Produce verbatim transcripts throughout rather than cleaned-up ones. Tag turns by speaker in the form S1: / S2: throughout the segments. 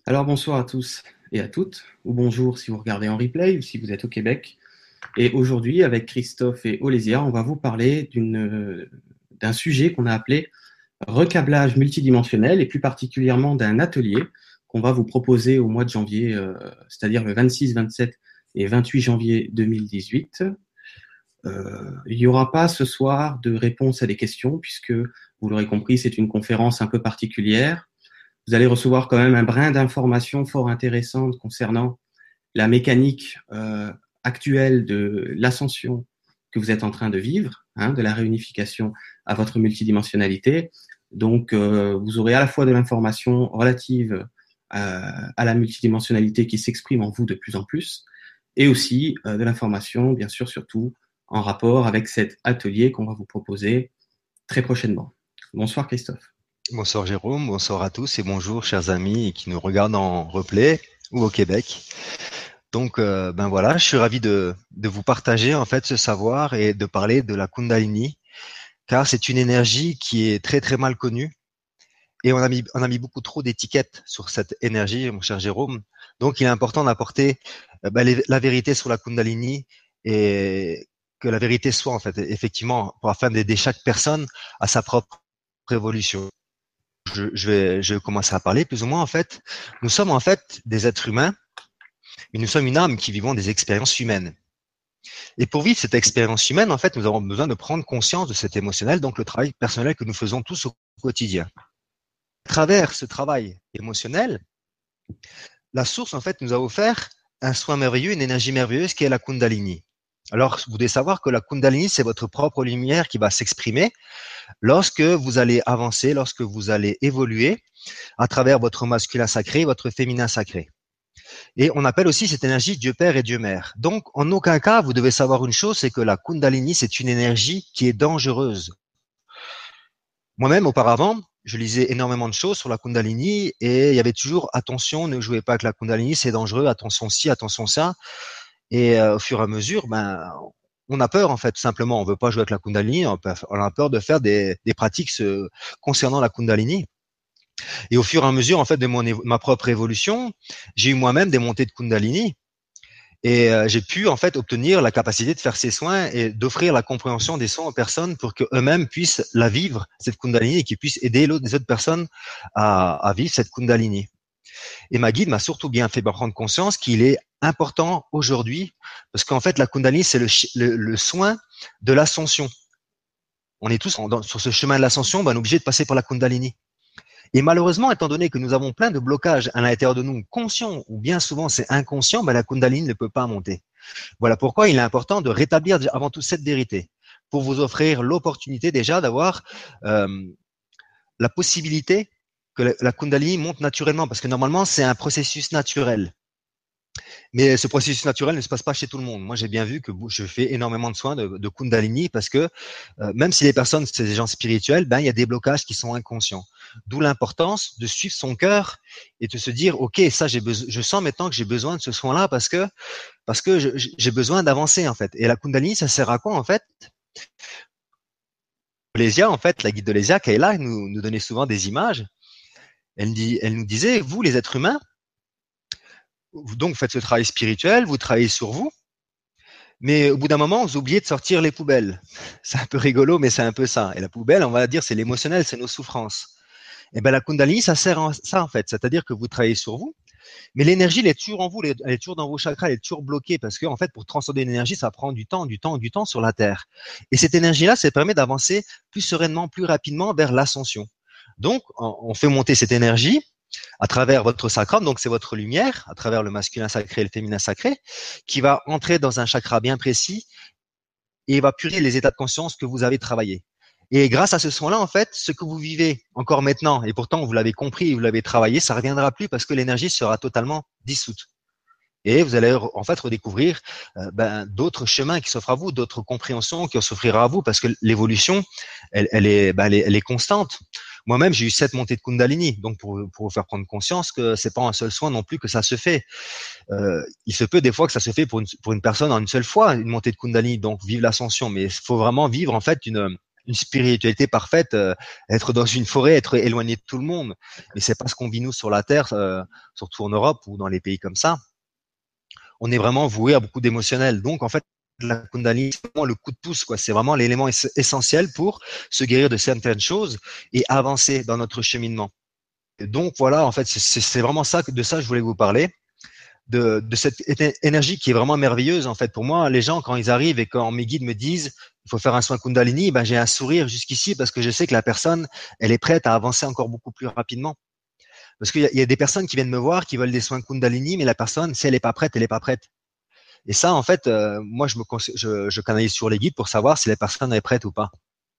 S1: Alors bonsoir à tous et à toutes, ou bonjour si vous regardez en replay ou si vous êtes au Québec. Et aujourd'hui, avec Christophe et Olésia, on va vous parler d'une, d'un sujet qu'on a appelé recablage multidimensionnel et plus particulièrement d'un atelier qu'on va vous proposer au mois de janvier, euh, c'est-à-dire le vingt-six, vingt-sept et vingt-huit janvier deux mille dix-huit. Euh, il n'y aura pas ce soir de réponse à des questions puisque, vous l'aurez compris, c'est une conférence un peu particulière. Vous allez recevoir quand même un brin d'informations fort intéressantes concernant la mécanique euh, actuelle de l'ascension que vous êtes en train de vivre, hein, de la réunification à votre multidimensionnalité. Donc, euh, vous aurez à la fois de l'information relative euh, à la multidimensionnalité qui s'exprime en vous de plus en plus, et aussi euh, de l'information, bien sûr, surtout en rapport avec cet atelier qu'on va vous proposer très prochainement. Bonsoir Christophe.
S2: Bonsoir Jérôme, bonsoir à tous et bonjour chers amis qui nous regardent en replay ou au Québec. Donc euh, ben voilà, je suis ravi de, de vous partager en fait ce savoir et de parler de la Kundalini, car c'est une énergie qui est très très mal connue et on a mis on a mis beaucoup trop d'étiquettes sur cette énergie, mon cher Jérôme. Donc il est important d'apporter euh, ben, les, la vérité sur la Kundalini et que la vérité soit en fait effectivement pour afin d'aider chaque personne à sa propre évolution. Je, je, vais, je vais commencer à parler plus ou moins en fait. Nous sommes en fait des êtres humains, mais nous sommes une âme qui vivons des expériences humaines. Et pour vivre cette expérience humaine, en fait, nous avons besoin de prendre conscience de cet émotionnel, donc le travail personnel que nous faisons tous au quotidien. À travers ce travail émotionnel, la source en fait nous a offert un soin merveilleux, une énergie merveilleuse qui est la Kundalini. Alors, vous devez savoir que la Kundalini, c'est votre propre lumière qui va s'exprimer lorsque vous allez avancer, lorsque vous allez évoluer à travers votre masculin sacré, votre féminin sacré. Et on appelle aussi cette énergie Dieu Père et Dieu Mère. Donc, en aucun cas, vous devez savoir une chose, c'est que la Kundalini, c'est une énergie qui est dangereuse. Moi-même, auparavant, je lisais énormément de choses sur la Kundalini et il y avait toujours attention, ne jouez pas avec la Kundalini, c'est dangereux, attention ci, attention ça. Et euh, au fur et à mesure, ben, on a peur en fait, tout simplement. On veut pas jouer avec la Kundalini, on a peur de faire des, des pratiques se, concernant la Kundalini. Et au fur et à mesure, en fait, de mon, ma propre évolution, j'ai eu moi-même des montées de Kundalini et euh, j'ai pu en fait obtenir la capacité de faire ces soins et d'offrir la compréhension des soins aux personnes pour qu'eux-mêmes puissent la vivre, cette Kundalini, et qu'ils puissent aider les autres personnes à, à vivre cette Kundalini. Et ma guide m'a surtout bien fait prendre conscience qu'il est important aujourd'hui, parce qu'en fait, la Kundalini, c'est le, le, le soin de l'ascension. On est tous dans, sur ce chemin de l'ascension, ben, on est obligé de passer par la Kundalini. Et malheureusement, étant donné que nous avons plein de blocages à l'intérieur de nous, conscients ou bien souvent c'est inconscient, ben la Kundalini ne peut pas monter. Voilà pourquoi il est important de rétablir avant tout cette vérité, pour vous offrir l'opportunité déjà d'avoir euh, la possibilité que la, la Kundalini monte naturellement, parce que normalement c'est un processus naturel. Mais ce processus naturel ne se passe pas chez tout le monde. Moi, j'ai bien vu que je fais énormément de soins de, de Kundalini parce que euh, même si les personnes, c'est des gens spirituels, ben il y a des blocages qui sont inconscients. D'où l'importance de suivre son cœur et de se dire, ok, ça, j'ai besoin, je sens maintenant que j'ai besoin de ce soin-là parce que parce que je, j'ai besoin d'avancer en fait. Et la Kundalini, ça sert à quoi en fait? Lésia, en fait, la guide de Lésia, qui est là, nous, nous donnait souvent des images. Elle, dit, elle nous disait, vous, les êtres humains, donc vous faites ce travail spirituel, vous travaillez sur vous, mais au bout d'un moment, vous oubliez de sortir les poubelles. C'est un peu rigolo, mais c'est un peu ça. Et la poubelle, on va dire, c'est l'émotionnel, c'est nos souffrances. Et ben la Kundalini, ça sert à ça en fait, c'est-à-dire que vous travaillez sur vous, mais l'énergie, elle est toujours en vous, elle est toujours dans vos chakras, elle est toujours bloquée parce que en fait, pour transcender l'énergie, ça prend du temps, du temps, du temps sur la Terre. Et cette énergie-là, ça permet d'avancer plus sereinement, plus rapidement vers l'ascension. Donc, on fait monter cette énergie à travers votre sacrum, donc c'est votre lumière, à travers le masculin sacré et le féminin sacré, qui va entrer dans un chakra bien précis et va purifier les états de conscience que vous avez travaillés. Et grâce à ce soin-là, en fait, ce que vous vivez encore maintenant, et pourtant vous l'avez compris et vous l'avez travaillé, ça ne reviendra plus parce que l'énergie sera totalement dissoute. Et vous allez en fait redécouvrir euh, ben, d'autres chemins qui s'offrent à vous, d'autres compréhensions qui s'offriront à vous, parce que l'évolution, elle, elle, est, ben, elle, est, elle est constante. Moi-même, j'ai eu sept montées de Kundalini, donc pour, pour vous faire prendre conscience que c'est pas un seul soin non plus que ça se fait. Euh, il se peut des fois que ça se fait pour une, pour une personne en une seule fois, une montée de Kundalini, donc vivre l'ascension, mais il faut vraiment vivre en fait une une spiritualité parfaite, euh, être dans une forêt, être éloigné de tout le monde. Mais c'est pas ce qu'on vit nous sur la terre, euh, surtout en Europe ou dans les pays comme ça. On est vraiment voué à beaucoup d'émotionnel. Donc en fait, la Kundalini, c'est vraiment le coup de pouce, quoi. C'est vraiment l'élément essentiel pour se guérir de certaines choses et avancer dans notre cheminement. Et donc voilà, en fait, c'est vraiment ça, de ça que je voulais vous parler. De, de cette énergie qui est vraiment merveilleuse en fait pour moi. Les gens quand ils arrivent et quand mes guides me disent il faut faire un soin Kundalini, ben j'ai un sourire jusqu'ici parce que je sais que la personne elle est prête à avancer encore beaucoup plus rapidement. Parce qu'il y, y a des personnes qui viennent me voir qui veulent des soins Kundalini, mais la personne si elle est pas prête, elle est pas prête. Et ça en fait, euh, moi je me je, je canalise sur les guides pour savoir si la personne est prête ou pas.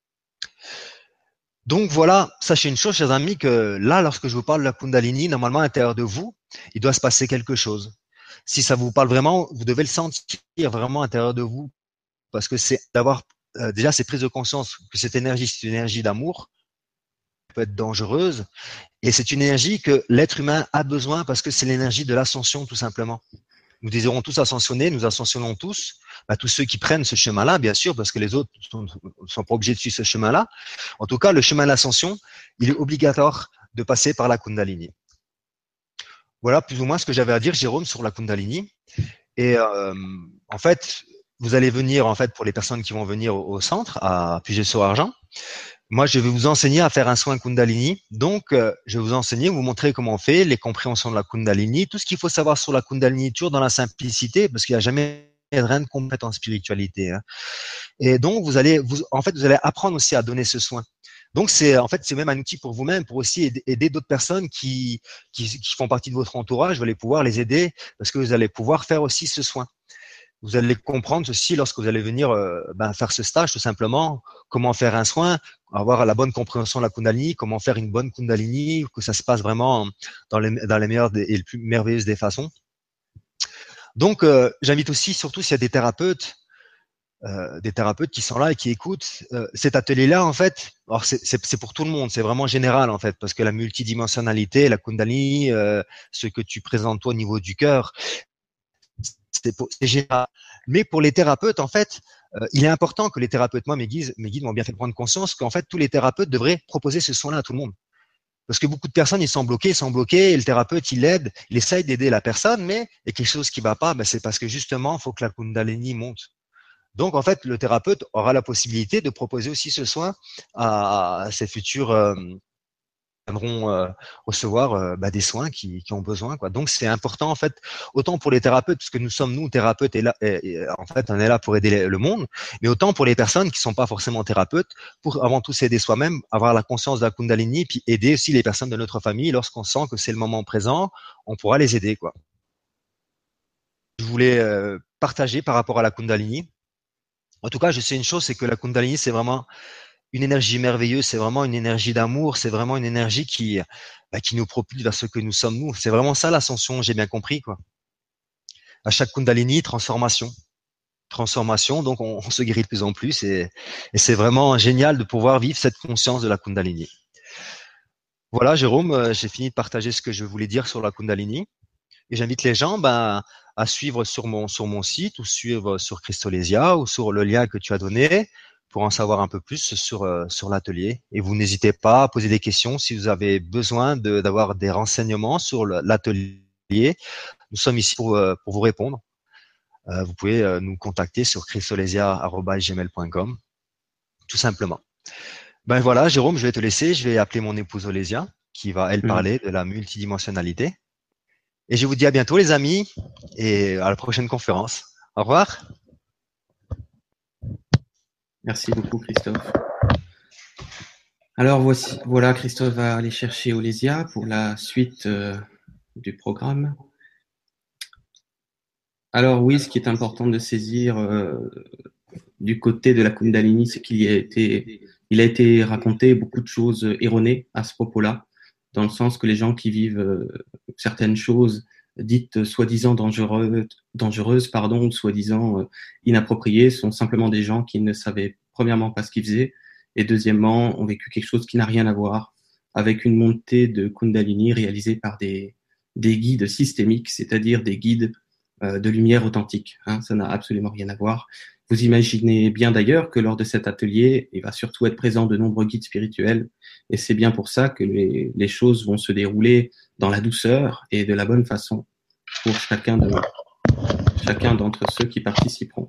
S2: Donc voilà, sachez une chose, chers amis, que là, lorsque je vous parle de la Kundalini, normalement, à l'intérieur de vous, il doit se passer quelque chose. Si ça vous parle vraiment, vous devez le sentir vraiment à l'intérieur de vous, parce que c'est d'avoir euh, déjà cette prise de conscience que cette énergie, c'est une énergie d'amour, peut être dangereuse, et c'est une énergie que l'être humain a besoin parce que c'est l'énergie de l'ascension, tout simplement. Nous désirons tous ascensionner, nous ascensionnons tous, bah, tous ceux qui prennent ce chemin-là, bien sûr, parce que les autres ne sont, sont pas obligés de suivre ce chemin-là. En tout cas, le chemin de l'ascension, il est obligatoire de passer par la Kundalini. Voilà plus ou moins ce que j'avais à dire, Jérôme, sur la Kundalini. Et euh, en fait, vous allez venir, en fait, pour les personnes qui vont venir au, au centre, à Puget-Saut-Argent, moi, je vais vous enseigner à faire un soin Kundalini. Donc, euh, je vais vous enseigner, vous montrer comment on fait, les compréhensions de la Kundalini, tout ce qu'il faut savoir sur la Kundalini, toujours dans la simplicité, parce qu'il n'y a jamais rien de complet en spiritualité. Hein. Et donc, vous allez, vous, en fait, vous allez apprendre aussi à donner ce soin. Donc, c'est en fait, c'est même un outil pour vous-même, pour aussi aider, aider d'autres personnes qui, qui, qui font partie de votre entourage. Vous allez pouvoir les aider parce que vous allez pouvoir faire aussi ce soin. Vous allez comprendre ceci lorsque vous allez venir euh, ben, faire ce stage, tout simplement, comment faire un soin, avoir la bonne compréhension de la Kundalini, comment faire une bonne Kundalini, que ça se passe vraiment dans les, dans les meilleures et les plus merveilleuses des façons. Donc, euh, j'invite aussi, surtout s'il y a des thérapeutes, euh, des thérapeutes qui sont là et qui écoutent euh, cet atelier-là, en fait. Alors, c'est pour tout le monde, c'est vraiment général, en fait, parce que la multidimensionnalité, la Kundalini, euh, ce que tu présentes toi au niveau du cœur, c'est général. Mais pour les thérapeutes, en fait, euh, il est important que les thérapeutes, moi, mes guides, mes guides m'ont bien fait prendre conscience qu'en fait, tous les thérapeutes devraient proposer ce soin-là à tout le monde. Parce que beaucoup de personnes, ils sont bloqués, ils sont bloqués, et le thérapeute, il aide, il essaye d'aider la personne, mais il y a quelque chose qui va pas, ben, c'est parce que justement, il faut que la Kundalini monte. Donc, en fait, le thérapeute aura la possibilité de proposer aussi ce soin à, à ses futurs euh, viendront euh, recevoir euh, bah, des soins qui, qui ont besoin, quoi. Donc c'est important en fait, autant pour les thérapeutes, parce que nous sommes nous thérapeutes et là, et, et, en fait on est là pour aider le monde, mais autant pour les personnes qui sont pas forcément thérapeutes, pour avant tout s'aider soi-même, avoir la conscience de la Kundalini, puis aider aussi les personnes de notre famille lorsqu'on sent que c'est le moment présent, on pourra les aider, quoi. Je voulais euh, partager par rapport à la Kundalini. En tout cas, je sais une chose, c'est que la Kundalini, c'est vraiment une énergie merveilleuse, c'est vraiment une énergie d'amour, c'est vraiment une énergie qui, bah, qui nous propulse vers ce que nous sommes nous. C'est vraiment ça l'ascension, j'ai bien compris, quoi. À chaque Kundalini, transformation. Transformation, donc on, on se guérit de plus en plus et, et c'est vraiment génial de pouvoir vivre cette conscience de la Kundalini. Voilà, Jérôme, euh, j'ai fini de partager ce que je voulais dire sur la Kundalini et j'invite les gens ben, à suivre sur mon, sur mon site ou suivre sur Christolesia ou sur le lien que tu as donné pour en savoir un peu plus sur, euh, sur l'atelier. Et vous n'hésitez pas à poser des questions si vous avez besoin d'avoir de, des renseignements sur l'atelier. Nous sommes ici pour, euh, pour vous répondre. Euh, vous pouvez euh, nous contacter sur christolesia arobase gmail point com, tout simplement. Ben voilà, Jérôme, je vais te laisser. Je vais appeler mon épouse Olésia, qui va, elle, parler de la multidimensionnalité. Et je vous dis à bientôt, les amis, et à la prochaine conférence. Au revoir.
S1: Merci beaucoup, Christophe. Alors, voici, voilà, Christophe va aller chercher Olésia pour la suite euh, du programme. Alors oui, ce qui est important de saisir euh, du côté de la Kundalini, c'est qu'il a été, il a été raconté beaucoup de choses erronées à ce propos-là, dans le sens que les gens qui vivent euh, certaines choses dites soi-disant dangereuses, dangereuses, pardon, ou soi-disant euh, inappropriées, sont simplement des gens qui ne savaient premièrement pas ce qu'ils faisaient, et deuxièmement ont vécu quelque chose qui n'a rien à voir avec une montée de Kundalini réalisée par des, des guides systémiques, c'est-à-dire des guides euh, de lumière authentique. Hein, ça n'a absolument rien à voir. Vous imaginez bien d'ailleurs que lors de cet atelier, il va surtout être présent de nombreux guides spirituels, et c'est bien pour ça que les, les choses vont se dérouler dans la douceur et de la bonne façon pour chacun de chacun d'entre ceux qui participeront.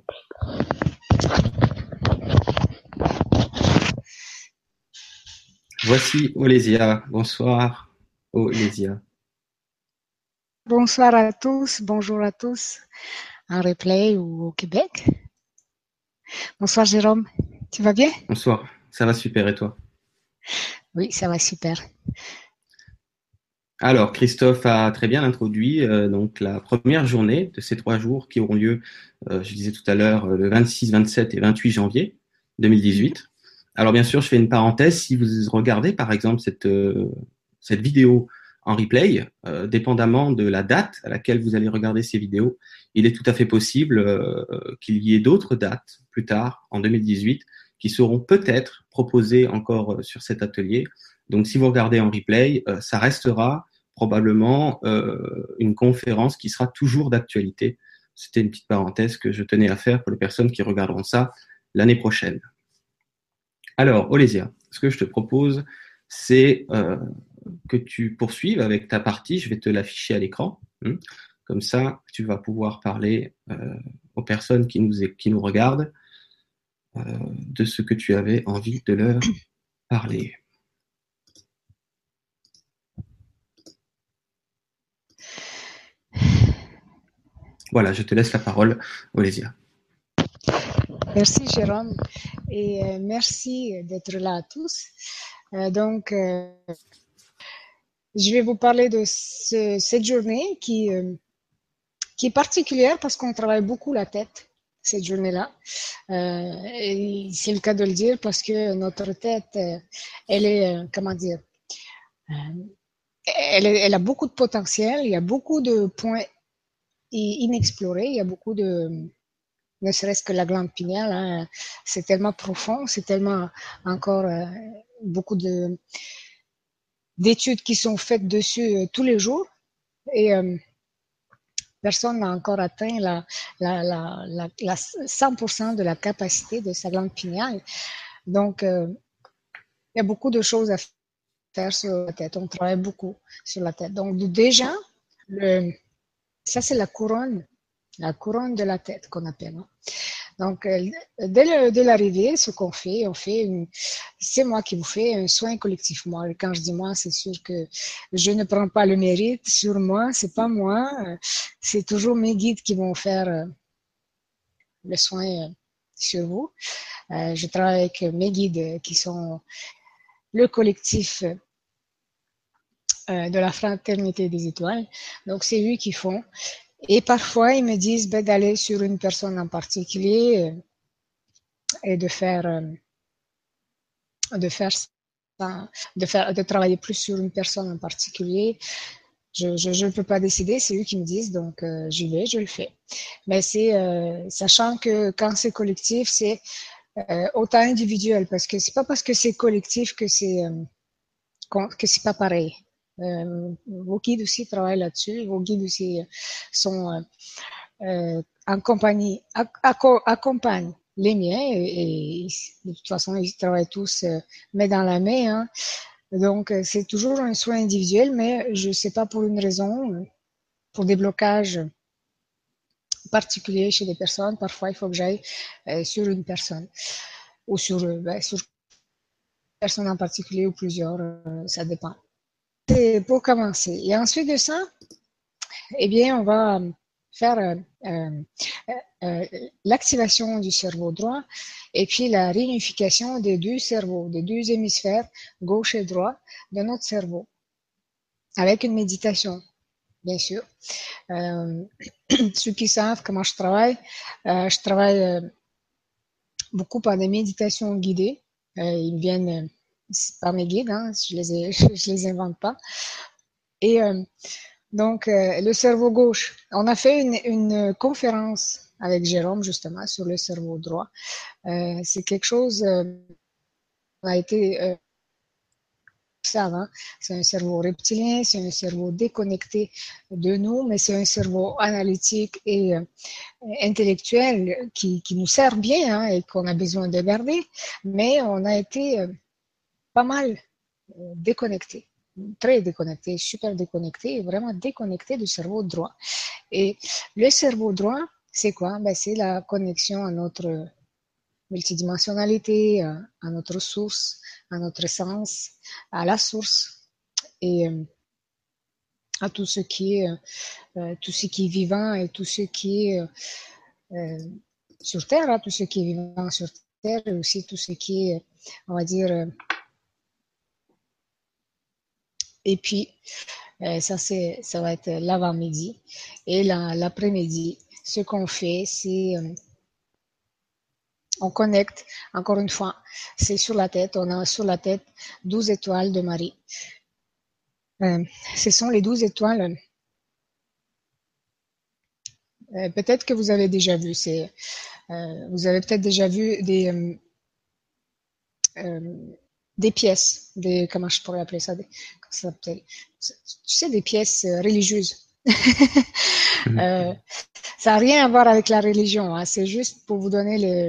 S1: Voici Olésia. Bonsoir, Olésia.
S3: Bonsoir à tous, bonjour à tous, en replay ou au Québec. Bonsoir Jérôme, tu vas bien?
S1: Bonsoir, ça va super et toi?
S3: Oui, ça va super.
S1: Alors, Christophe a très bien introduit euh, donc la première journée de ces trois jours qui auront lieu, euh, je disais tout à l'heure, le vingt-six, vingt-sept et vingt-huit janvier deux mille dix-huit. Alors, bien sûr, je fais une parenthèse. Si vous regardez, par exemple, cette, euh, cette vidéo en replay, euh, dépendamment de la date à laquelle vous allez regarder ces vidéos, il est tout à fait possible euh, qu'il y ait d'autres dates plus tard, en deux mille dix-huit, qui seront peut-être proposées encore sur cet atelier. Donc, si vous regardez en replay, euh, ça restera probablement euh, une conférence qui sera toujours d'actualité. C'était une petite parenthèse que je tenais à faire pour les personnes qui regarderont ça l'année prochaine. Alors, Olésia, ce que je te propose, c'est euh, que tu poursuives avec ta partie. Je vais te l'afficher à l'écran. Hein. Comme ça, tu vas pouvoir parler euh, aux personnes qui nous, qui nous regardent euh, de ce que tu avais envie de leur parler. Voilà, je te laisse la parole, Olésia.
S3: Merci Jérôme et euh, merci d'être là à tous. Euh, donc, euh, je vais vous parler de ce, cette journée qui, euh, qui est particulière parce qu'on travaille beaucoup la tête cette journée-là. Euh, et c'est le cas de le dire parce que notre tête, euh, elle est, euh, comment dire, euh, elle, elle a beaucoup de potentiel, il y a beaucoup de points inexplorés, il y a beaucoup de, ne serait-ce que la glande pinéale, hein, c'est tellement profond, c'est tellement encore euh, beaucoup de d'études qui sont faites dessus euh, tous les jours et euh, personne n'a encore atteint la, la, la, la, la cent pour cent de la capacité de sa glande pinéale. Donc, euh, il y a beaucoup de choses à faire sur la tête. On travaille beaucoup sur la tête. Donc, déjà, le, ça, c'est la couronne, la couronne de la tête qu'on appelle. Hein. Donc, euh, dès, le, dès l'arrivée, ce qu'on fait, on fait une, c'est moi qui vous fais un soin collectif. Moi, quand je dis moi, c'est sûr que je ne prends pas le mérite sur moi, c'est pas moi, c'est toujours mes guides qui vont faire euh, le soin euh, sur vous. Euh, je travaille avec mes guides qui sont le collectif euh, de la Fraternité des Étoiles. Donc, c'est eux qui font. Et parfois, ils me disent ben, d'aller sur une personne en particulier euh, et de faire, euh, de faire ça, de faire, de travailler plus sur une personne en particulier. Je ne je, je peux pas décider, c'est eux qui me disent, donc euh, j'y vais, je le fais. Mais c'est euh, sachant que quand c'est collectif, c'est euh, autant individuel, parce que c'est pas parce que c'est collectif que c'est euh, que c'est pas pareil. Euh, vos guides aussi travaillent là-dessus, vos guides aussi sont euh, euh, en compagnie, accompagnent les miens et, et, de toute façon ils travaillent tous euh, main dans la main. Hein. Donc c'est toujours un soin individuel, mais je sais pas pour une raison, pour des blocages particuliers chez des personnes, parfois il faut que j'aille euh, sur une personne ou sur, euh, ben, sur une personne en particulier ou plusieurs, euh, ça dépend. C'est pour commencer. Et ensuite de ça, eh bien on va faire euh, euh, euh, l'activation du cerveau droit et puis la réunification des deux cerveaux, des deux hémisphères, gauche et droit, de notre cerveau, avec une méditation, bien sûr. Euh, ceux qui savent comment je travaille, euh, je travaille euh, beaucoup par des méditations guidées. Euh, ils viennent euh, par mes guides, hein, je les ai, je les invente pas. Et euh, donc, euh, le cerveau gauche. On a fait une, une conférence avec Jérôme, justement, sur le cerveau droit. Euh, c'est quelque chose euh, qui a été euh, savent, hein, c'est un cerveau reptilien, c'est un cerveau déconnecté de nous, mais c'est un cerveau analytique et euh, intellectuel qui, qui nous sert bien hein, et qu'on a besoin de garder, mais on a été euh, pas mal euh, déconnecté, très déconnecté, super déconnecté, vraiment déconnecté du cerveau droit. Et le cerveau droit, c'est quoi? Ben, c'est la connexion à notre multidimensionnalité, à notre source, à notre essence, à la source et euh, à tout ce qui est euh, tout ce qui est vivant et tout ce qui est euh, sur Terre, hein, tout ce qui est vivant sur Terre et aussi tout ce qui est, on va dire, euh, et puis euh, ça c'est ça va être l'avant-midi et la, l'après-midi. Ce qu'on fait, c'est euh, on connecte, encore une fois, c'est sur la tête. On a sur la tête douze étoiles de Marie. Euh, ce sont les douze étoiles. Euh, peut-être que vous avez déjà vu. C'est, euh, vous avez peut-être déjà vu des, euh, euh, des pièces. Des, comment je pourrais appeler ça, des, ça Tu sais, des pièces religieuses. euh, ça n'a rien à voir avec la religion. Hein, c'est juste pour vous donner les...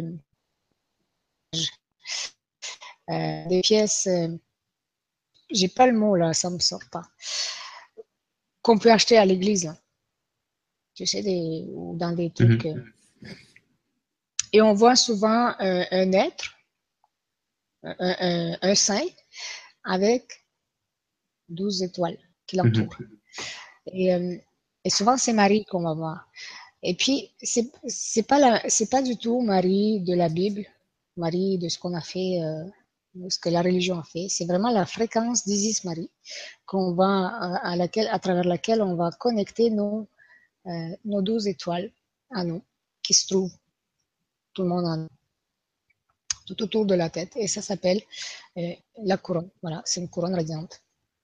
S3: Euh, des pièces, euh, j'ai pas le mot là, ça me sort pas, qu'on peut acheter à l'église, là. Tu sais, des, ou dans des trucs.
S1: Mhm.
S3: Euh, et on voit souvent euh, un être, un, un, un saint, avec douze étoiles qui l'entourent.
S1: Mhm.
S3: Et, euh, et souvent, c'est Marie qu'on va voir. Et puis, c'est, c'est pas la, c'est pas du tout Marie de la Bible, Marie de ce qu'on a fait, euh, de ce que la religion a fait. C'est vraiment la fréquence d'Isis Marie qu'on va, à, à laquelle, à travers laquelle on va connecter nos, euh, nos douze étoiles à nous, qui se trouvent tout le monde en, tout autour de la tête. Et ça s'appelle euh, la couronne. Voilà, c'est une couronne radiante.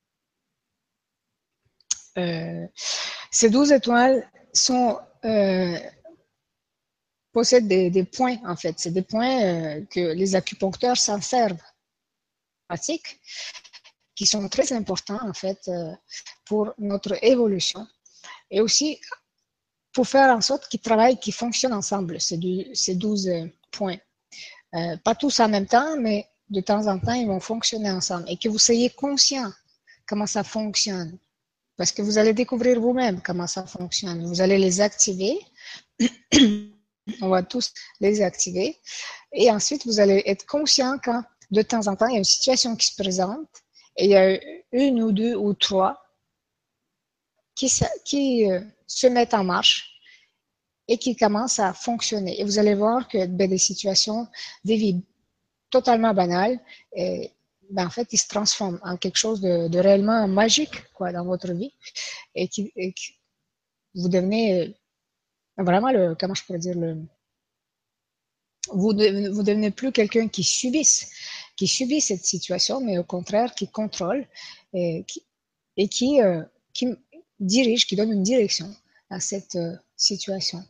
S3: Euh, ces douze étoiles sont euh, possèdent des, des points, en fait. C'est des points euh, que les acupuncteurs s'en servent, pratiques, qui sont très importants, en fait, euh, pour notre évolution. Et aussi pour faire en sorte qu'ils travaillent, qu'ils fonctionnent ensemble, ces, deux, ces douze points. Euh, pas tous en même temps, mais de temps en temps, ils vont fonctionner ensemble. Et que vous soyez conscient comment ça fonctionne. Parce que vous allez découvrir vous-même comment ça fonctionne. Vous allez les activer. On va tous les activer. Et ensuite, vous allez être conscient quand, de temps en temps, il y a une situation qui se présente et il y a une ou deux ou trois qui, qui euh, se mettent en marche et qui commencent à fonctionner. Et vous allez voir que ben, des situations, des vies totalement banales, et, ben, en fait, ils se transforment en quelque chose de, de réellement magique quoi, dans votre vie et qui, et qui vous devenez vraiment le, comment je pourrais dire, le, vous ne vous devenez plus quelqu'un qui subisse, qui subit cette situation, mais au contraire qui contrôle et qui, et qui, euh, qui dirige, qui donne une direction à cette euh, situation.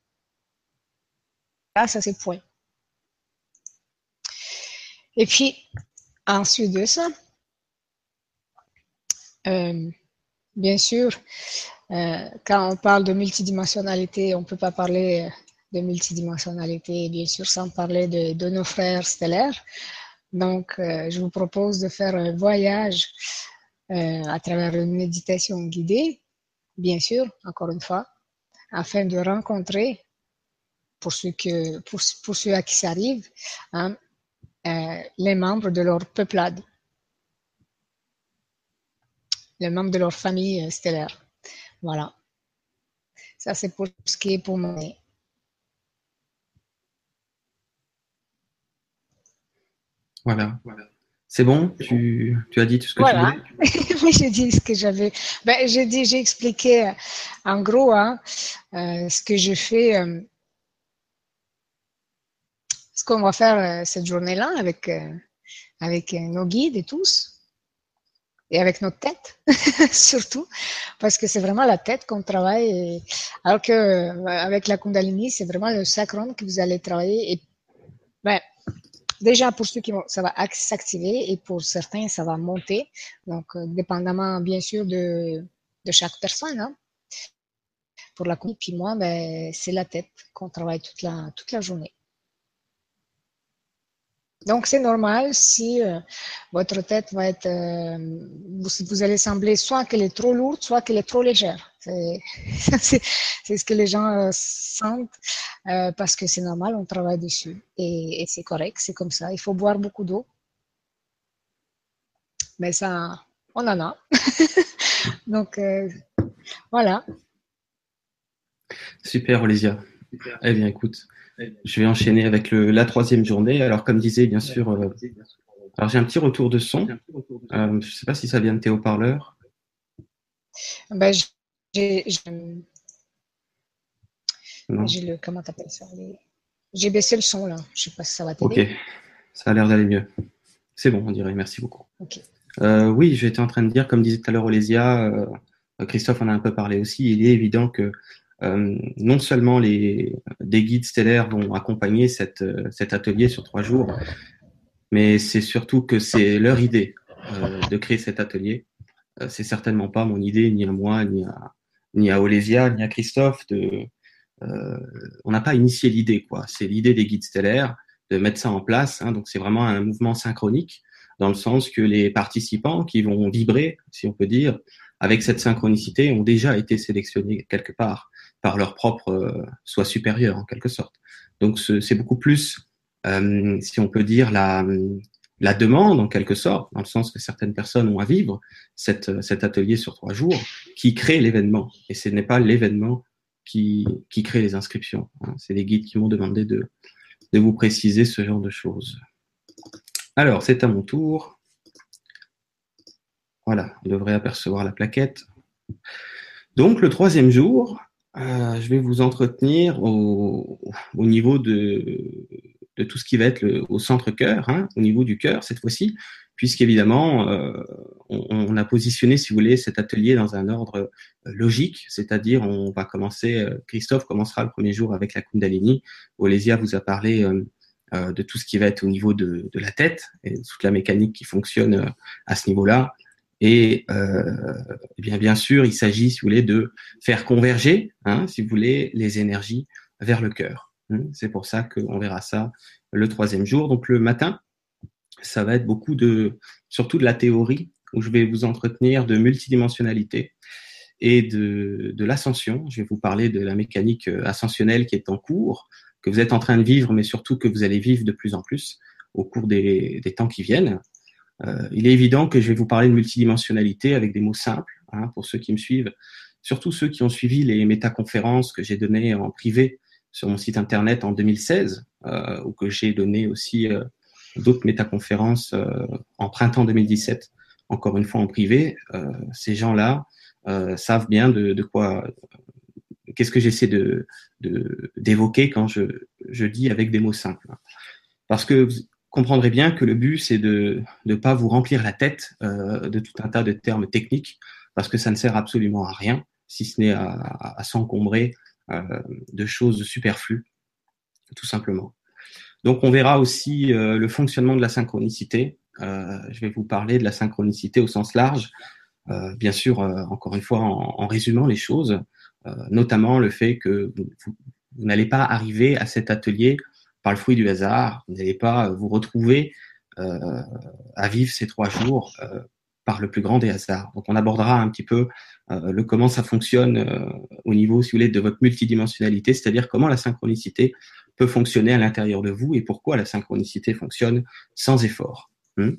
S3: Grâce à ces points. Et puis, ensuite de ça, euh, bien sûr, euh, quand on parle de multidimensionnalité, on ne peut pas parler de multidimensionnalité, bien sûr, sans parler de, de nos frères stellaires. Donc, euh, je vous propose de faire un voyage euh, à travers une méditation guidée, bien sûr, encore une fois, afin de rencontrer, pour ceux, que, pour, pour ceux à qui ça arrive, hein, euh, les membres de leur peuplade, les membres de leur famille stellaire. Voilà. Ça, c'est pour ce qui est pour moi.
S1: Voilà. C'est bon, tu, tu as dit tout ce que
S3: voilà.
S1: tu voulais.
S3: Oui, j'ai dit ce que j'avais. Ben, j'ai dit, j'ai expliqué en gros hein, euh, ce que je fais, euh, ce qu'on va faire euh, cette journée-là avec euh, avec nos guides et tous, et avec notre tête surtout, parce que c'est vraiment la tête qu'on travaille. Et, alors que euh, avec la Kundalini, c'est vraiment le sacrum que vous allez travailler. Et ben, Déjà, pour ceux qui vont, ça va s'activer et pour certains, ça va monter. Donc, euh, dépendamment, bien sûr, de, de chaque personne. Hein. Pour la communauté, puis moi, ben, c'est la tête qu'on travaille toute la, toute la journée. Donc, c'est normal si euh, votre tête va être, euh, vous, vous allez sembler soit qu'elle est trop lourde, soit qu'elle est trop légère. C'est, c'est, c'est ce que les gens euh, sentent euh, parce que c'est normal, on travaille dessus et, et c'est correct, c'est comme ça. Il faut boire beaucoup d'eau, mais ça, on en a. Donc, euh, voilà.
S1: Super, Olésia. Eh bien, écoute, je vais enchaîner avec le, la troisième journée. Alors, comme disait, bien sûr, euh, alors j'ai un petit retour de son. Euh, je ne sais pas si ça vient de tes haut-parleurs.
S3: Ben, j'ai, j'ai, j'ai le, comment t'appelles ça les... J'ai baissé le son, là. Je ne sais pas si ça va t'aider.
S1: Ok, ça a l'air d'aller mieux. C'est bon, on dirait. Merci beaucoup.
S3: Okay.
S1: Euh, oui, j'étais en train de dire, comme disait tout à l'heure Olésia, euh, Christophe en a un peu parlé aussi, il est évident que euh, non seulement les, des guides stellaires vont accompagner cette, cet atelier sur trois jours, mais c'est surtout que c'est leur idée euh, de créer cet atelier. Euh, c'est certainement pas mon idée, ni à moi, ni à, ni à Olésia, ni à Christophe. De, euh, on n'a pas initié l'idée, quoi. C'est l'idée des guides stellaires de mettre ça en place. Hein, donc c'est vraiment un mouvement synchronique, dans le sens que les participants qui vont vibrer, si on peut dire, avec cette synchronicité, ont déjà été sélectionnés quelque part par leur propre euh, soi supérieur, en quelque sorte. Donc c'est beaucoup plus, euh, si on peut dire, la, la demande, en quelque sorte, dans le sens que certaines personnes ont à vivre cette, cet atelier sur trois jours, qui crée l'événement. Et ce n'est pas l'événement qui, qui crée les inscriptions. Hein. C'est les guides qui m'ont demandé de, de vous préciser ce genre de choses. Alors, c'est à mon tour. Voilà, on devrait apercevoir la plaquette. Donc, le troisième jour, euh, je vais vous entretenir au, au niveau de, de tout ce qui va être le, au centre-cœur, hein, au niveau du cœur cette fois-ci, puisqu'évidemment, euh, on, on a positionné, si vous voulez, cet atelier dans un ordre logique, c'est-à-dire on va commencer, euh, Christophe commencera le premier jour avec la Kundalini, Olésia vous a parlé euh, euh, de tout ce qui va être au niveau de, de la tête, et toute la mécanique qui fonctionne euh, à ce niveau-là. Et euh, eh bien, bien sûr, il s'agit, si vous voulez, de faire converger, hein, si vous voulez, les énergies vers le cœur. C'est pour ça qu'on verra ça le troisième jour. Donc le matin, ça va être beaucoup de, surtout de la théorie, où je vais vous entretenir de multidimensionnalité et de, de l'ascension. Je vais vous parler de la mécanique ascensionnelle qui est en cours, que vous êtes en train de vivre, mais surtout que vous allez vivre de plus en plus au cours des, des temps qui viennent. Euh, il est évident que je vais vous parler de multidimensionnalité avec des mots simples, hein, pour ceux qui me suivent, surtout ceux qui ont suivi les métaconférences que j'ai données en privé sur mon site internet en deux mille seize, euh, ou que j'ai donné aussi euh, d'autres métaconférences euh, en printemps deux mille dix-sept, encore une fois en privé. Euh, ces gens-là euh, savent bien de, de quoi, euh, qu'est-ce que j'essaie de, de, d'évoquer quand je, je dis avec des mots simples. Parce que vous comprendrez bien que le but, c'est de ne pas vous remplir la tête euh, de tout un tas de termes techniques, parce que ça ne sert absolument à rien, si ce n'est à, à, à s'encombrer euh, de choses superflues, tout simplement. Donc, on verra aussi euh, le fonctionnement de la synchronicité. Euh, je vais vous parler de la synchronicité au sens large, euh, bien sûr, euh, encore une fois, en, en résumant les choses, euh, notamment le fait que vous, vous, vous n'allez pas arriver à cet atelier par le fruit du hasard, vous n'allez pas vous retrouver euh, à vivre ces trois jours euh, par le plus grand des hasards. Donc, on abordera un petit peu euh, le comment ça fonctionne euh, au niveau, si vous voulez, de votre multidimensionnalité, c'est-à-dire comment la synchronicité peut fonctionner à l'intérieur de vous et pourquoi la synchronicité fonctionne sans effort. Hmm.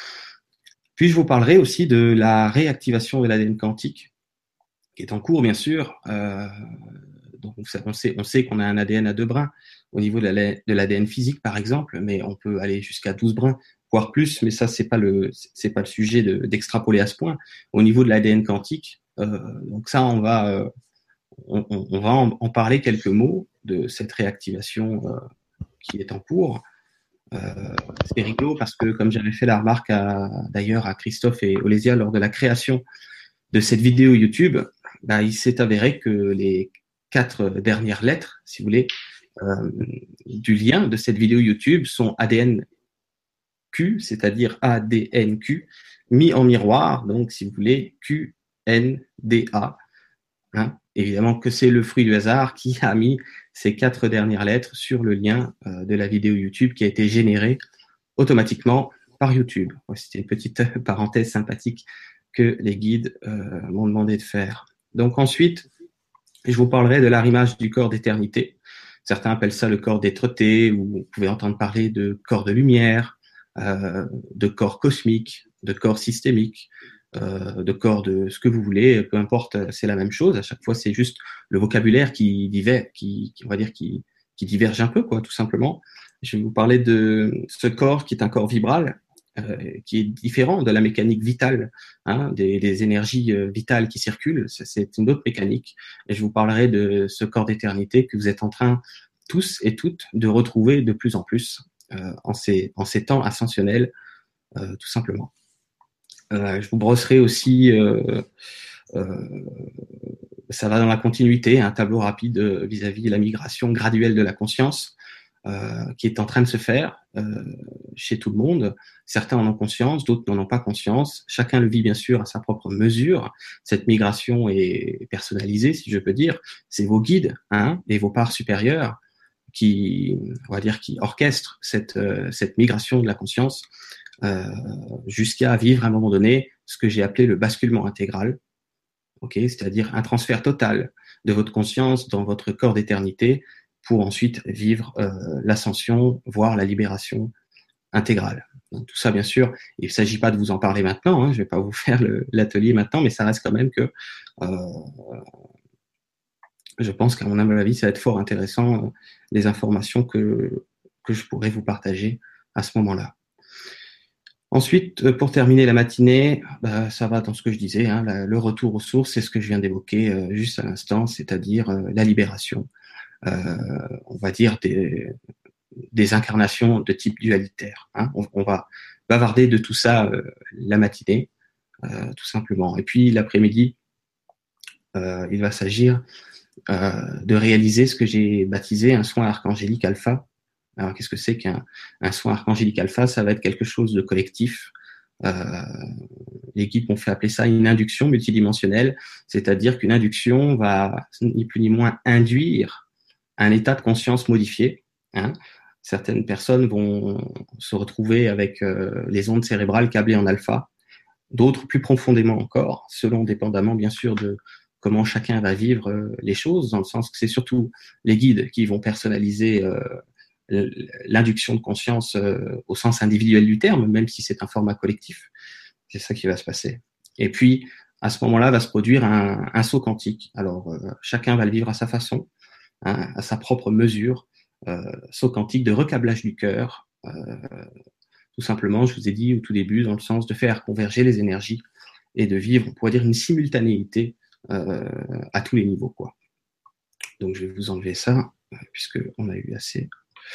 S1: Puis, je vous parlerai aussi de la réactivation de l'A D N quantique, qui est en cours, bien sûr. Euh, donc, on sait, on sait qu'on a un A D N à deux brins au niveau de l'A D N physique, par exemple, mais on peut aller jusqu'à douze brins, voire plus, mais ça, c'est pas le, c'est pas le sujet de, d'extrapoler à ce point. Au niveau de l'A D N quantique, euh, donc ça, on va, euh, on, on va en, en parler quelques mots de cette réactivation euh, qui est en cours. Euh, c'est rigolo parce que, comme j'avais fait la remarque à, d'ailleurs à Christophe et Olésia lors de la création de cette vidéo YouTube, bah, il s'est avéré que les quatre dernières lettres, si vous voulez, Euh, du lien de cette vidéo YouTube sont A D N Q, c'est-à-dire A D N Q, mis en miroir, donc si vous voulez, Q N D A. Hein, évidemment que c'est le fruit du hasard qui a mis ces quatre dernières lettres sur le lien euh, de la vidéo YouTube qui a été générée automatiquement par YouTube. C'était une petite parenthèse sympathique que les guides euh, m'ont demandé de faire. Donc ensuite, je vous parlerai de l'arrimage du corps d'éternité. Certains appellent ça le corps d'être-té, ou vous pouvez entendre parler de corps de lumière, euh, de corps cosmique, de corps systémique, euh, de corps de ce que vous voulez, peu importe, c'est la même chose. À chaque fois, c'est juste le vocabulaire qui diverge, qui, qui on va dire, qui, qui diverge un peu, quoi, tout simplement. Je vais vous parler de ce corps qui est un corps vibral, euh, qui est différent de la mécanique vitale, hein, des, des énergies euh, vitales qui circulent. C'est une autre mécanique. Et je vous parlerai de ce corps d'éternité que vous êtes en train tous et toutes de retrouver de plus en plus euh, en, ces, en ces temps ascensionnels, euh, tout simplement. Euh, je vous brosserai aussi, euh, euh, ça va dans la continuité, un tableau rapide vis-à-vis de la migration graduelle de la conscience euh, qui est en train de se faire euh, chez tout le monde. Certains en ont conscience, d'autres n'en ont pas conscience. Chacun le vit bien sûr à sa propre mesure. Cette migration est personnalisée, si je peux dire. C'est vos guides hein, et vos parts supérieures qui, on va dire, qui orchestrent cette, euh, cette migration de la conscience. Euh, jusqu'à vivre à un moment donné ce que j'ai appelé le basculement intégral, okay, c'est-à-dire un transfert total de votre conscience dans votre corps d'éternité pour ensuite vivre euh, l'ascension, voire la libération intégrale. Donc, tout ça, bien sûr, il ne s'agit pas de vous en parler maintenant, hein, je ne vais pas vous faire l'atelier maintenant, mais ça reste quand même que euh, je pense qu'à mon humble avis, ça va être fort intéressant, euh, les informations que, que je pourrais vous partager à ce moment-là. Ensuite, pour terminer la matinée, bah, ça va dans ce que je disais, hein, la, le retour aux sources, c'est ce que je viens d'évoquer euh, juste à l'instant, c'est-à-dire euh, la libération, euh, on va dire des, des incarnations de type dualitaire. Hein. On, on va bavarder de tout ça euh, la matinée, euh, tout simplement. Et puis l'après-midi, euh, il va s'agir euh, de réaliser ce que j'ai baptisé un soin archangélique alpha. Alors, qu'est-ce que c'est qu'un un soin archangélique alpha? Ça va être quelque chose de collectif. Euh, les guides m'ont fait appeler ça une induction multidimensionnelle, c'est-à-dire qu'une induction va ni plus ni moins induire un état de conscience modifié. Hein. Certaines personnes vont se retrouver avec euh, les ondes cérébrales câblées en alpha, d'autres plus profondément encore, selon dépendamment bien sûr de comment chacun va vivre euh, les choses, dans le sens que c'est surtout les guides qui vont personnaliser euh, l'induction de conscience euh, au sens individuel du terme, même si c'est un format collectif. C'est ça qui va se passer. Et puis, à ce moment-là, va se produire un, un saut quantique. Alors, euh, chacun va le vivre à sa façon, hein, à sa propre mesure. Euh, saut quantique de recablage du cœur. Euh, tout simplement, je vous ai dit au tout début, dans le sens de faire converger les énergies et de vivre, on pourrait dire, une simultanéité euh, à tous les niveaux, quoi. Donc, je vais vous enlever ça, puisqu'on a eu assez...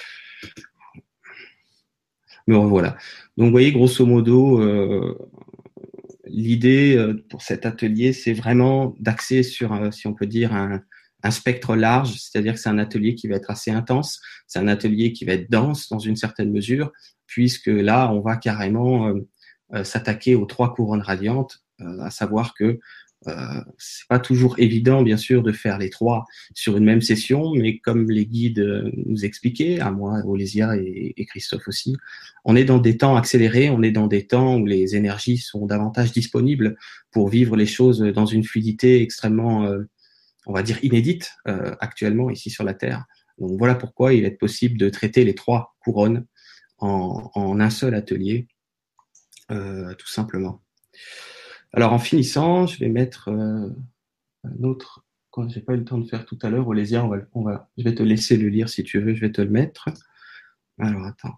S1: Me revoilà. Donc, vous voyez, grosso modo, euh, l'idée euh, pour cet atelier, c'est vraiment d'axer sur, euh, si on peut dire, un, un spectre large, c'est-à-dire que c'est un atelier qui va être assez intense, c'est un atelier qui va être dense dans une certaine mesure, puisque là, on va carrément euh, euh, s'attaquer aux trois couronnes radiantes, euh, à savoir que Euh, c'est pas toujours évident, bien sûr, de faire les trois sur une même session, mais comme les guides nous expliquaient, à moi, Olésia et, et Christophe aussi, on est dans des temps accélérés, on est dans des temps où les énergies sont davantage disponibles pour vivre les choses dans une fluidité extrêmement, euh, on va dire, inédite euh, actuellement ici sur la Terre. Donc voilà pourquoi il est possible de traiter les trois couronnes en, en un seul atelier, euh, tout simplement. Alors, en finissant, je vais mettre euh, un autre, quand j'ai pas eu le temps de faire tout à l'heure, Olésia, on va, on va, je vais te laisser le lire si tu veux, je vais te le mettre. Alors, attends.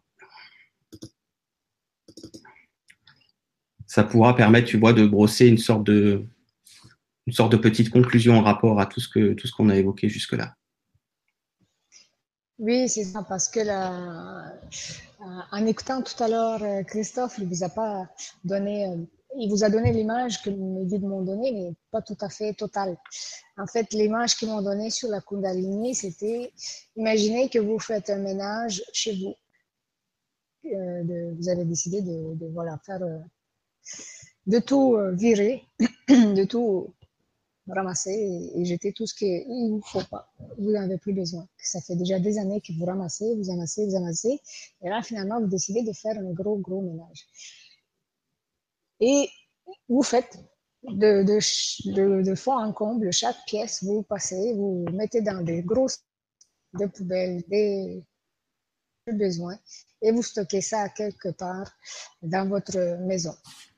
S1: Ça pourra permettre, tu vois, de brosser une sorte de, une sorte de petite conclusion en rapport à tout ce que, tout ce qu'on a évoqué jusque-là.
S3: Oui, c'est ça, parce que là, en écoutant tout à l'heure Christophe, il vous a pas donné, il vous a donné l'image que mes guides m'ont donnée, mais pas tout à fait totale. En fait, l'image qu'ils m'ont donnée sur la Kundalini, c'était, imaginez que vous faites un ménage chez vous. euh, de, vous avez décidé de, de voilà, faire, euh, de tout euh, virer, de tout ramasser et, et jeter tout ce qu'il ne vous faut pas. Vous n'en avez plus besoin. Ça fait déjà des années que vous ramassez, vous amassez, vous amassez. Et là, finalement, vous décidez de faire un gros, gros ménage. Et vous faites de, de, de, de fond en comble chaque pièce, vous passez, vous mettez dans des grosses de poubelles, des besoins, et vous stockez ça quelque part dans votre maison.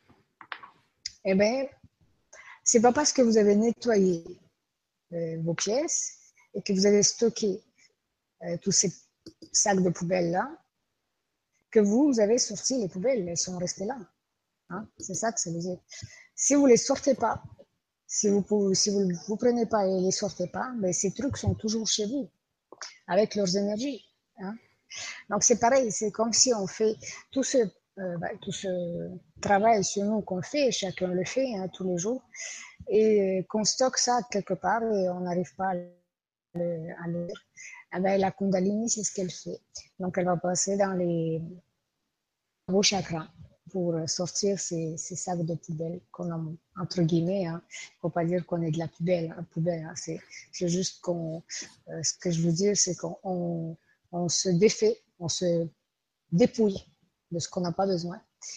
S3: Eh bien, c'est pas parce que vous avez nettoyé euh, vos pièces et que vous avez stocké euh, tous ces sacs de poubelles-là que vous, vous avez sorti les poubelles, elles sont restées là. Hein? C'est ça que ça veut dire. Si vous ne les sortez pas, si vous si vous vous prenez pas et les sortez pas, ben ces trucs sont toujours chez vous, avec leurs énergies. Hein? Donc c'est pareil, c'est comme si on fait tout ce, euh, ben, tout ce travail sur nous qu'on fait, chacun le fait hein, tous les jours, et qu'on stocke ça quelque part et on n'arrive pas à le, à le lire. Eh ben, la Kundalini, c'est ce qu'elle fait. Donc elle va passer dans les vos chakras pour sortir ces, ces sacs de poubelle qu'on a, entre guillemets. Il hein. ne faut pas dire qu'on est de la poubelle. Hein, poubelle hein. C'est, c'est juste qu'on... Euh, ce que je veux dire, c'est qu'on on, on se défait, on se dépouille de ce qu'on n'a pas besoin.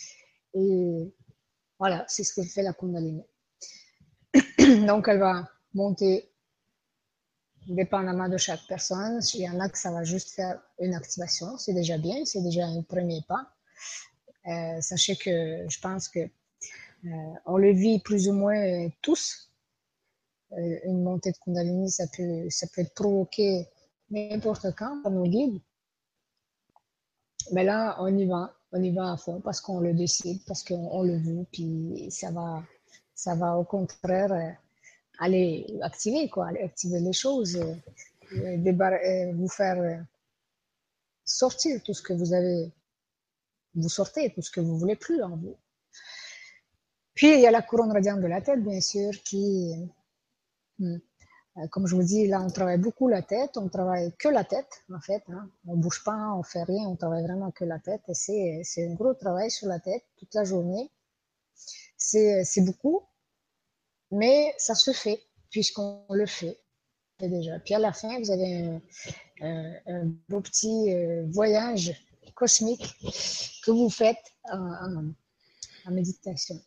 S3: Et voilà, c'est ce que fait la Kundalini. Donc, elle va monter dépendamment de chaque personne. Il y en a que ça va juste faire une activation. C'est déjà bien, c'est déjà un premier pas. Euh, sachez que je pense que euh, on le vit plus ou moins tous. Euh, une montée de Kundalini, ça peut, ça peut être provoqué n'importe quand par nos guides. Mais là, on y va, on y va à fond parce qu'on le décide, parce qu'on on le veut, puis ça va, ça va au contraire euh, aller activer, quoi, aller activer les choses, euh, débar- euh, vous faire euh, sortir tout ce que vous avez, vous sortez tout ce que vous voulez plus en vous. Puis, il y a la couronne radiante de la tête, bien sûr, qui, euh, comme je vous dis, là, on travaille beaucoup la tête, on travaille que la tête, en fait. Hein. On bouge pas, on fait rien, on travaille vraiment que la tête. Et c'est, c'est un gros travail sur la tête toute la journée. C'est, c'est beaucoup, mais ça se fait, puisqu'on le fait déjà. Puis à la fin, vous avez un, un, un beau petit euh, voyage cosmique que vous faites en, en, en méditation.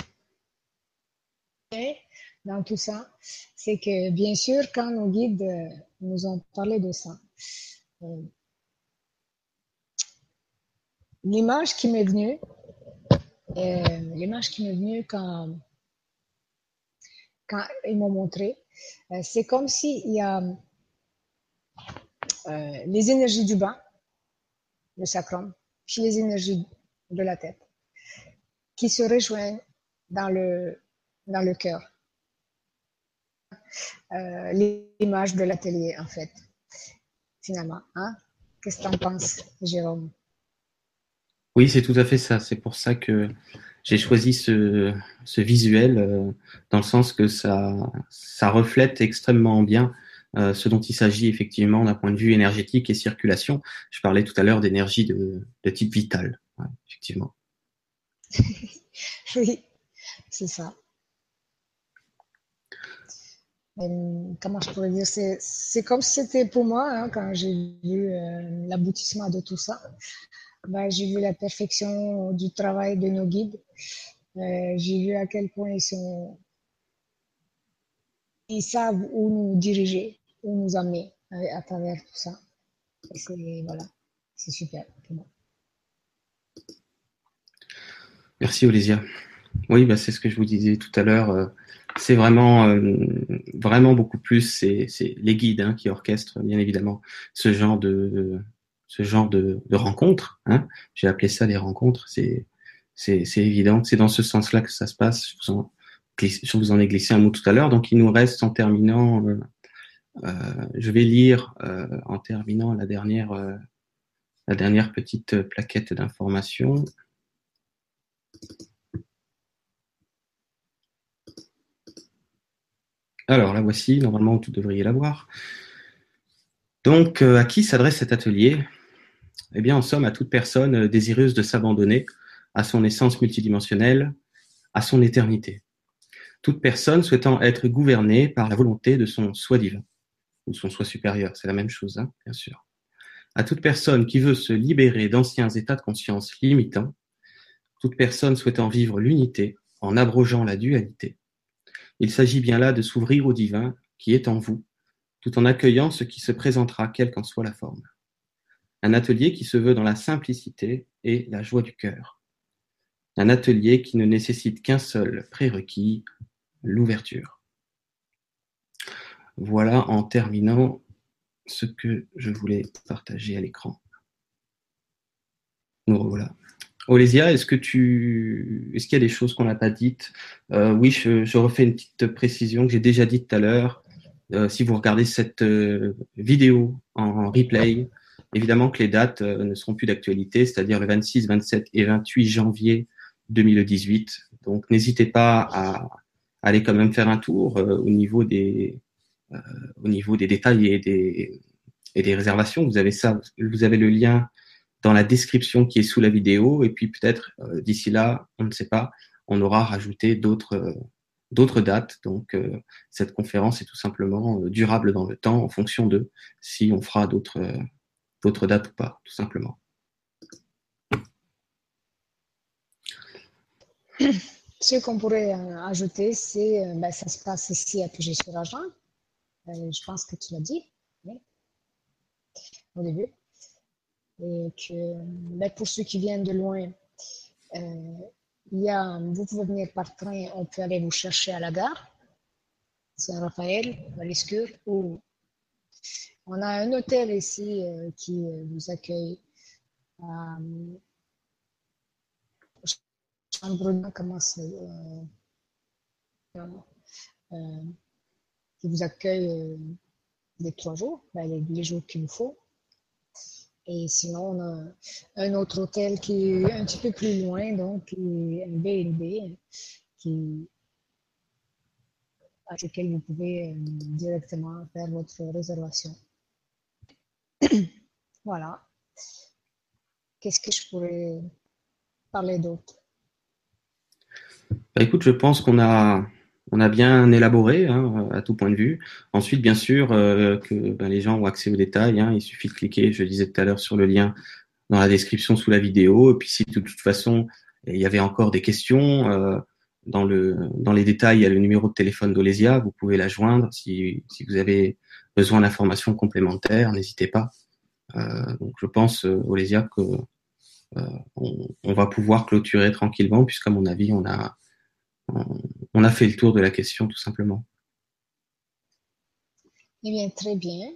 S3: Et dans tout ça, c'est que bien sûr, quand nos guides euh, nous ont parlé de ça, euh, l'image qui m'est venue, euh, l'image qui m'est venue quand, quand ils m'ont montré, euh, c'est comme s'il y a euh, les énergies du bas, le sacrum, puis les énergies de la tête, qui se rejoignent dans le, dans le cœur. Euh, l'image de l'atelier, en fait, finalement. Hein? Qu'est-ce que tu en penses, Jérôme?
S1: Oui, c'est tout à fait ça. C'est pour ça que j'ai choisi ce, ce visuel, euh, dans le sens que ça, ça reflète extrêmement bien euh, ce dont il s'agit effectivement d'un point de vue énergétique et circulation. Je parlais tout à l'heure d'énergie de, de type vital, ouais, effectivement.
S3: Oui, c'est ça. Et, comment je pourrais dire, c'est, c'est comme si c'était pour moi, hein, quand j'ai vu euh, l'aboutissement de tout ça. Ben, j'ai vu la perfection du travail de nos guides. Euh, j'ai vu à quel point ils sont, ils savent où nous diriger, où nous amener à, à travers tout ça. Et c'est, voilà, c'est super pour moi.
S1: Merci, Olésia. Oui, bah, c'est ce que je vous disais tout à l'heure. Euh, c'est vraiment, euh, vraiment beaucoup plus. C'est, c'est les guides hein, qui orchestrent, bien évidemment, ce genre de, ce genre de, de rencontres. Hein. J'ai appelé ça des rencontres. C'est, c'est, c'est évident. C'est dans ce sens-là que ça se passe. Je vous en, je vous en ai glissé un mot tout à l'heure. Donc, il nous reste en terminant. Euh, euh, je vais lire euh, en terminant la dernière, euh, la dernière petite plaquette d'information. Alors, la voici. Normalement, vous devriez la voir. Donc, euh, à qui s'adresse cet atelier? eh bien, en somme, à toute personne désireuse de s'abandonner à son essence multidimensionnelle, à son éternité. Toute personne souhaitant être gouvernée par la volonté de son soi divin, ou son soi supérieur, c'est la même chose, hein, bien sûr. À toute personne qui veut se libérer d'anciens états de conscience limitants, toute personne souhaitant vivre l'unité en abrogeant la dualité. Il s'agit bien là de s'ouvrir au divin qui est en vous, tout en accueillant ce qui se présentera, quelle qu'en soit la forme. Un atelier qui se veut dans la simplicité et la joie du cœur. Un atelier qui ne nécessite qu'un seul prérequis, l'ouverture. Voilà en terminant ce que je voulais partager à l'écran. Nous revoilà. Olésia, est-ce que tu, est-ce qu'il y a des choses qu'on n'a pas dites? euh, Oui, je, je refais une petite précision que j'ai déjà dite tout à l'heure. Euh, si vous regardez cette euh, vidéo en replay, évidemment que les dates euh, ne seront plus d'actualité, c'est-à-dire le vingt-six, vingt-sept et vingt-huit janvier deux mille dix-huit. Donc, n'hésitez pas à, à aller quand même faire un tour euh, au niveau des, euh, au niveau des détails et des, et des réservations. Vous avez ça, vous avez le lien dans la description qui est sous la vidéo, et puis peut-être euh, d'ici là, on ne sait pas, on aura rajouté d'autres euh, d'autres dates. Donc euh, cette conférence est tout simplement euh, durable dans le temps en fonction de si on fera d'autres euh, d'autres dates ou pas, tout simplement.
S3: Ce qu'on pourrait euh, ajouter, c'est euh, ben, ça se passe ici à Puget-sur-Argent. Euh, je pense que tu l'as dit, oui, au début. Et que ben, pour ceux qui viennent de loin, euh, il y a, vous pouvez venir par train, on peut aller vous chercher à la gare, Saint-Raphaël, à l'Escure, ou on a un hôtel ici euh, qui euh, vous accueille à Chambre, comment c'est, euh, euh, qui vous accueille euh, les trois jours, ben, les, les jours qu'il vous faut. Et sinon, on a un autre hôtel qui est un petit peu plus loin, donc qui est un B and B, qui, avec lequel vous pouvez euh, directement faire votre réservation. Voilà. Qu'est-ce que je pourrais parler d'autre?
S1: Bah, écoute, je pense qu'on a, on a bien élaboré hein, à tout point de vue. Ensuite, bien sûr, euh, que ben, les gens ont accès aux détails. Hein, il suffit de cliquer, je disais tout à l'heure, sur le lien dans la description sous la vidéo. Et puis, si de toute façon, il y avait encore des questions, euh, dans, le, dans les détails, il y a le numéro de téléphone d'Olésia. Vous pouvez la joindre si, si vous avez besoin d'informations complémentaires. N'hésitez pas. Euh, donc, je pense, euh, Olésia, que euh, on, on va pouvoir clôturer tranquillement, puisqu'à mon avis, on a on a fait le tour de la question, tout simplement.
S3: Eh bien, très bien.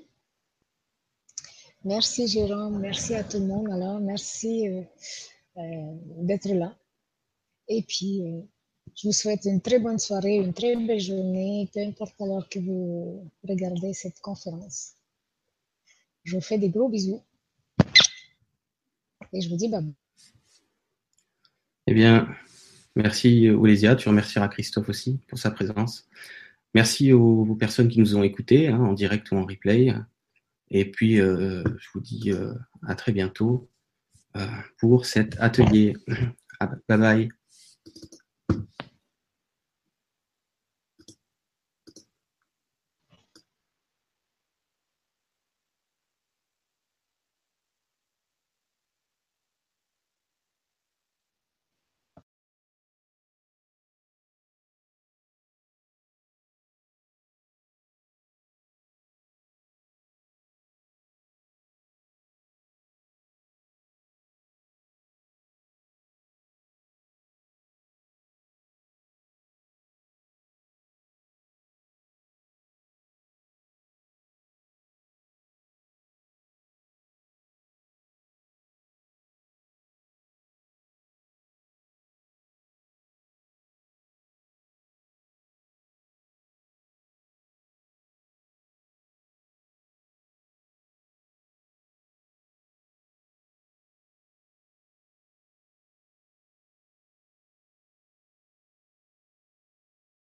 S3: Merci, Jérôme. Merci à tout le monde. Alors, merci euh, euh, d'être là. Et puis, euh, je vous souhaite une très bonne soirée, une très belle journée, peu importe l'heure que vous regardez cette conférence. Je vous fais des gros bisous. Et je vous dis bye bye.
S1: Eh bien, merci Olésia, tu remercieras Christophe aussi pour sa présence. Merci aux, aux personnes qui nous ont écoutés, hein, en direct ou en replay. Et puis, euh, je vous dis euh, à très bientôt euh, pour cet atelier. Bye bye.